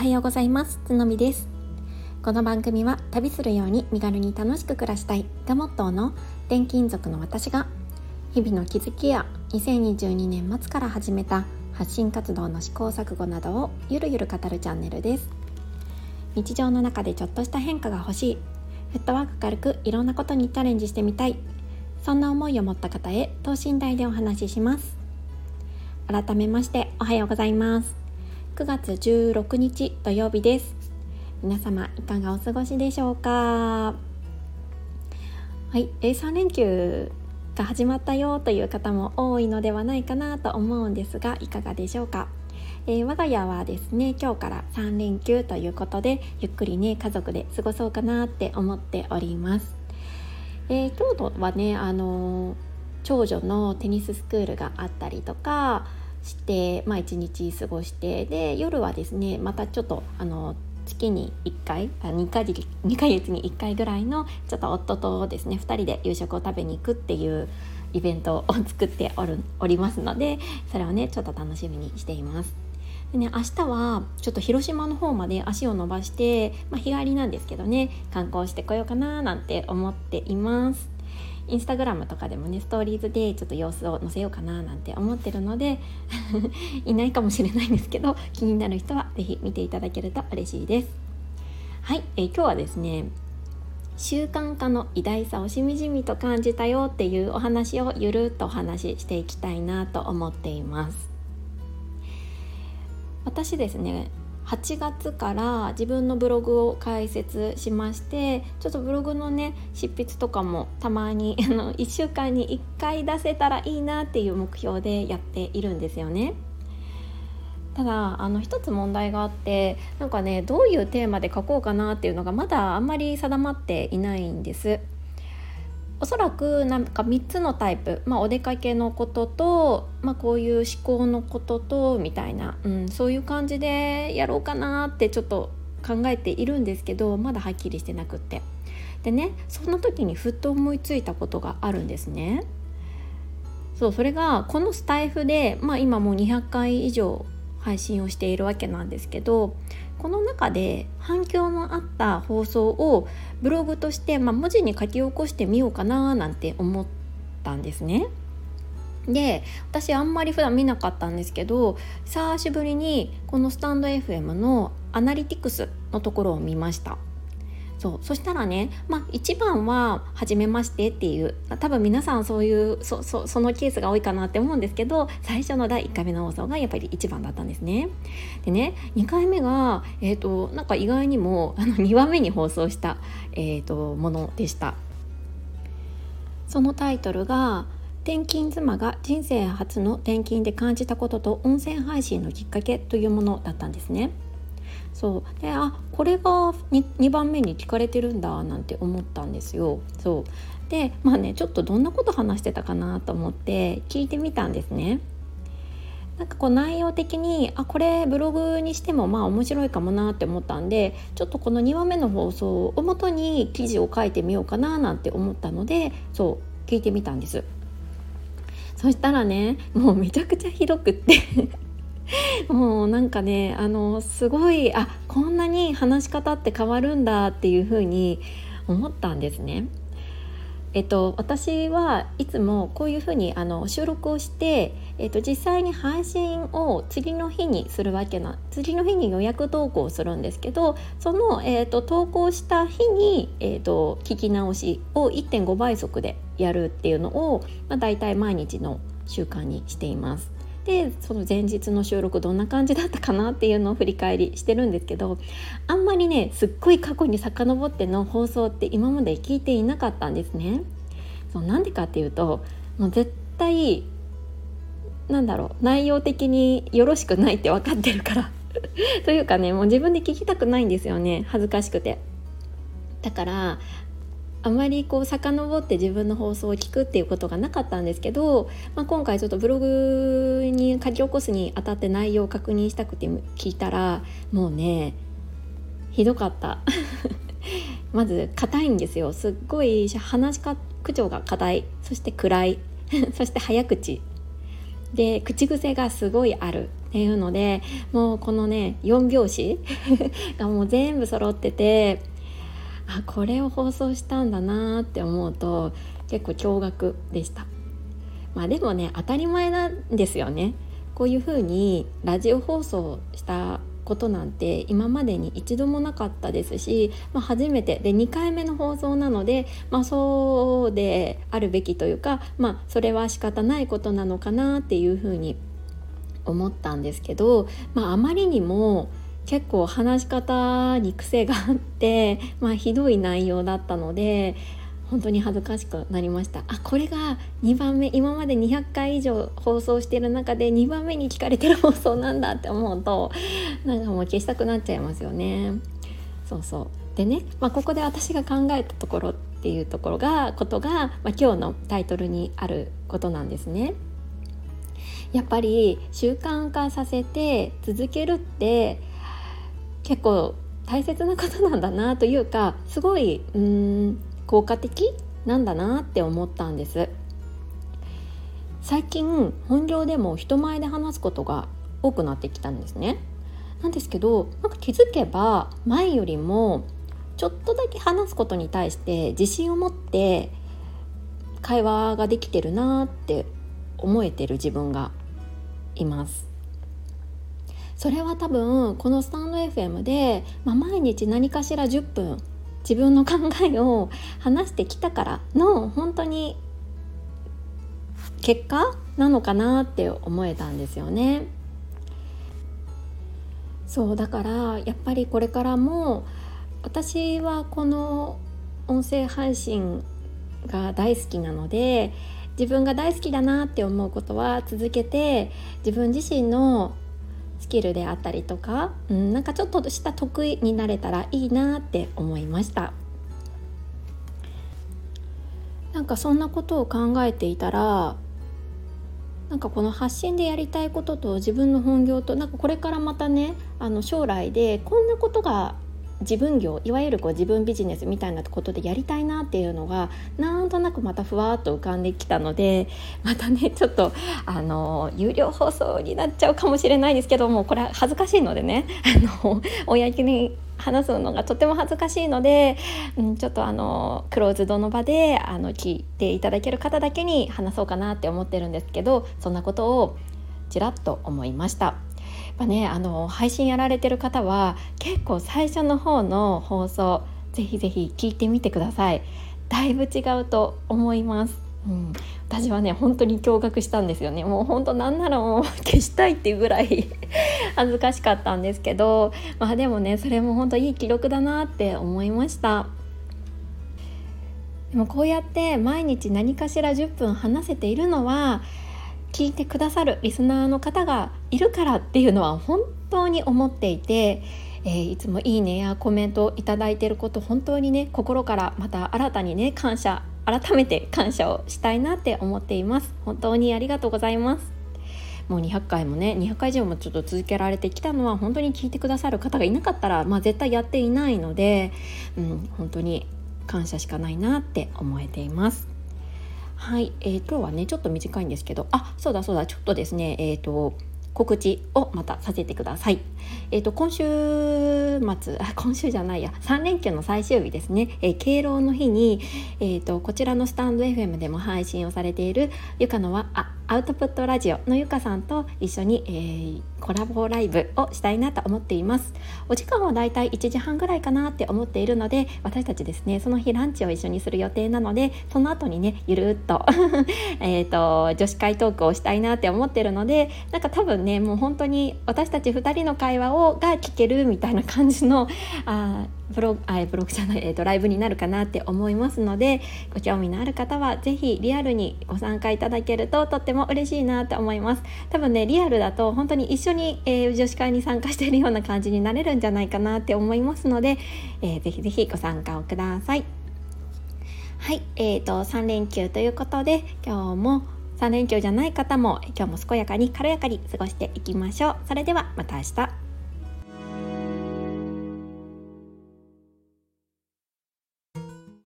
はようございます。つのみです。この番組は旅するように身軽に楽しく暮らしたいがモットーの転勤族の私が日々の気づきや2022年末から始めた発信活動の試行錯誤などをゆるゆる語るチャンネルです。日常の中でちょっとした変化が欲しい、フットワーク軽くいろんなことにチャレンジしてみたい、そんな思いを持った方へ等身大でお話しします。改めましておはようございます。9月16日土曜日です。皆様いかがお過ごしでしょうか。はい、3連休が始まったよという方も多いのではないかなと思うんですが、いかがでしょうか。我が家はですね、今日から3連休ということでゆっくりね家族で過ごそうかなって思っております。今日はね長女のテニススクールがあったりとかして、1日過ごして、で夜はですねまたちょっと月に1回2ヶ月に1回ぐらいのちょっと夫とですね2人で夕食を食べに行くっていうイベントを作っておりますので、それをねちょっと楽しみにしています。でね、明日はちょっと広島の方まで足を伸ばして、日帰りなんですけどね観光してこようかななんて思っています。インスタグラムとかでもねストーリーズでちょっと様子を載せようかななんて思ってるのでいないかもしれないんですけど、気になる人はぜひ見ていただけると嬉しいです。はい、今日はですね習慣化の偉大さをしみじみと感じたよっていうお話をゆるっとお話ししていきたいなと思っています。私ですね8月から自分のブログを開設しまして、ちょっとブログのね執筆とかもたまに1週間に1回出せたらいいなっていう目標でやっているんですよね。ただ一つ問題があって、なんかねどういうテーマで書こうかなっていうのがまだあんまり定まっていないんです。おそらくなんか3つのタイプ、お出かけのことと、こういう思考のこととみたいな、そういう感じでやろうかなってちょっと考えているんですけど、まだはっきりしてなくって、でねその時にふっと思いついたことがあるんですね。それがこのスタイフで、今もう200回以上配信をしているわけなんですけど、この中で反響のあった放送をブログとして、文字に書き起こしてみようかななんて思ったんですね。で、私あんまり普段見なかったんですけど、久しぶりにこのスタンド FM のアナリティクスのところを見ました。そしたらね、一番は初めましてっていう、多分皆さんそういうそのケースが多いかなって思うんですけど、最初の第1回目の放送がやっぱり一番だったんですね。でね2回目が、なんか意外にも2話目に放送した、ものでした。そのタイトルが転勤妻が人生初の転勤で感じたことと音声配信のきっかけというものだったんですね。でこれが 2番目に聞かれてるんだなんて思ったんですよ。でちょっとどんなこと話してたかなと思って聞いてみたんですね。なんか内容的にこれブログにしても面白いかもなって思ったんで、ちょっとこの2話目の放送をもとに記事を書いてみようかななんて思ったので聞いてみたんです。そしたらねもうめちゃくちゃひどくってもうなんかねすごいこんなに話し方って変わるんだっていう風に思ったんですね。私はいつもこういう風に収録をして、実際に配信を次の日にするわけな、次の日に予約投稿をするんですけど、その、投稿した日に、聞き直しを 1.5 倍速でやるっていうのを、だいたい毎日の習慣にしています。でその前日の収録どんな感じだったかなっていうのを振り返りしてるんですけど、あんまりねすっごい過去に遡っての放送って今まで聞いていなかったんですね。なんでかっていうと、もう絶対内容的によろしくないって分かってるからというかね、もう自分で聞きたくないんですよね、恥ずかしくて。だからあまり遡って自分の放送を聞くっていうことがなかったんですけど、今回ちょっとブログに書き起こすにあたって内容を確認したくて聞いたら、もうねひどかったまず硬いんですよ。すっごい話し口調が硬い、そして暗いそして早口で口癖がすごいある、 っていうので、もうこのね4拍子がもう全部揃ってて、これを放送したんだなって思うと結構驚愕でした。でもね当たり前なんですよね。こういう風にラジオ放送したことなんて今までに一度もなかったですし、初めてで2回目の放送なので、そうであるべきというか、それは仕方ないことなのかなっていうふうに思ったんですけど、あまりにも結構話し方に癖があって、ひどい内容だったので本当に恥ずかしくなりました。これが2番目、今まで200回以上放送している中で2番目に聞かれてる放送なんだって思うとなんかもう消したくなっちゃいますよね。そうでね、ここで私が考えたところっていうことが、今日のタイトルにあることなんですね。やっぱり習慣化させて続けるって結構大切なことなんだなというか、すごい効果的なんだなって思ったんです。最近本業でも人前で話すことが多くなってきたんですね。なんですけど、気づけば前よりもちょっとだけ話すことに対して自信を持って会話ができてるなって思えてる自分がいます。それは多分このスタンド FM で、毎日何かしら10分自分の考えを話してきたからの本当に結果なのかなって思えたんですよね。そうだからやっぱりこれからも私はこの音声配信が大好きなので、自分が大好きだなって思うことは続けて、自分自身のスキルであったりとか、なんかちょっとした得意になれたらいいなって思いました。なんかそんなことを考えていたら、なんかこの発信でやりたいことと自分の本業と、なんかこれからまたね将来でこんなことが自分業、いわゆる自分ビジネスみたいなことでやりたいなっていうのがなんとなくまたふわっと浮かんできたので、またねちょっと有料放送になっちゃうかもしれないですけども、これは恥ずかしいのでね公に話すのがとても恥ずかしいので、ちょっとクローズドの場で聞いていただける方だけに話そうかなって思ってるんですけど、そんなことをちらっと思いました。配信やられてる方は結構最初の方の放送ぜひぜひ聞いてみてください。だいぶ違うと思います。私はね本当に驚愕したんですよね。もう本当なんならもう消したいっていうぐらい恥ずかしかったんですけど、でもねそれも本当いい記録だなって思いました。でもこうやって毎日何かしら10分話せているのは、聞いてくださるリスナーの方がいるからっていうのは本当に思っていて、いつもいいねやコメントをいただいていること、本当にね心からまた新たにね改めて感謝をしたいなって思っています。本当にありがとうございます。もう200回以上もちょっと続けられてきたのは、本当に聞いてくださる方がいなかったら、絶対やっていないので、本当に感謝しかないなって思えています。はい、今日はねちょっと短いんですけど、そうだちょっとですね告知をまたさせてください。今週じゃないや3連休の最終日ですね、敬老の日に、こちらのスタンド FM でも配信をされているゆかのはアウトプットラジオのゆかさんと一緒に、コラボライブをしたいなと思っています。お時間はだいたい1時半ぐらいかなって思っているので、私たちですねその日ランチを一緒にする予定なので、その後にねゆるっと女子会トークをしたいなって思っているので、なんか多分ねもう本当に私たち2人の会話が聞けるみたいな感じのブログじゃない、ライブになるかなって思いますので、ご興味のある方はぜひリアルにご参加いただけるととっても嬉しいなって思います。多分ねリアルだと本当に一緒に、女子会に参加しているような感じになれるんじゃないかなって思いますので、ぜひぜひご参加をください。はい、3連休ということで、今日も3連休じゃない方も今日も健やかに軽やかに過ごしていきましょう。それではまた明日。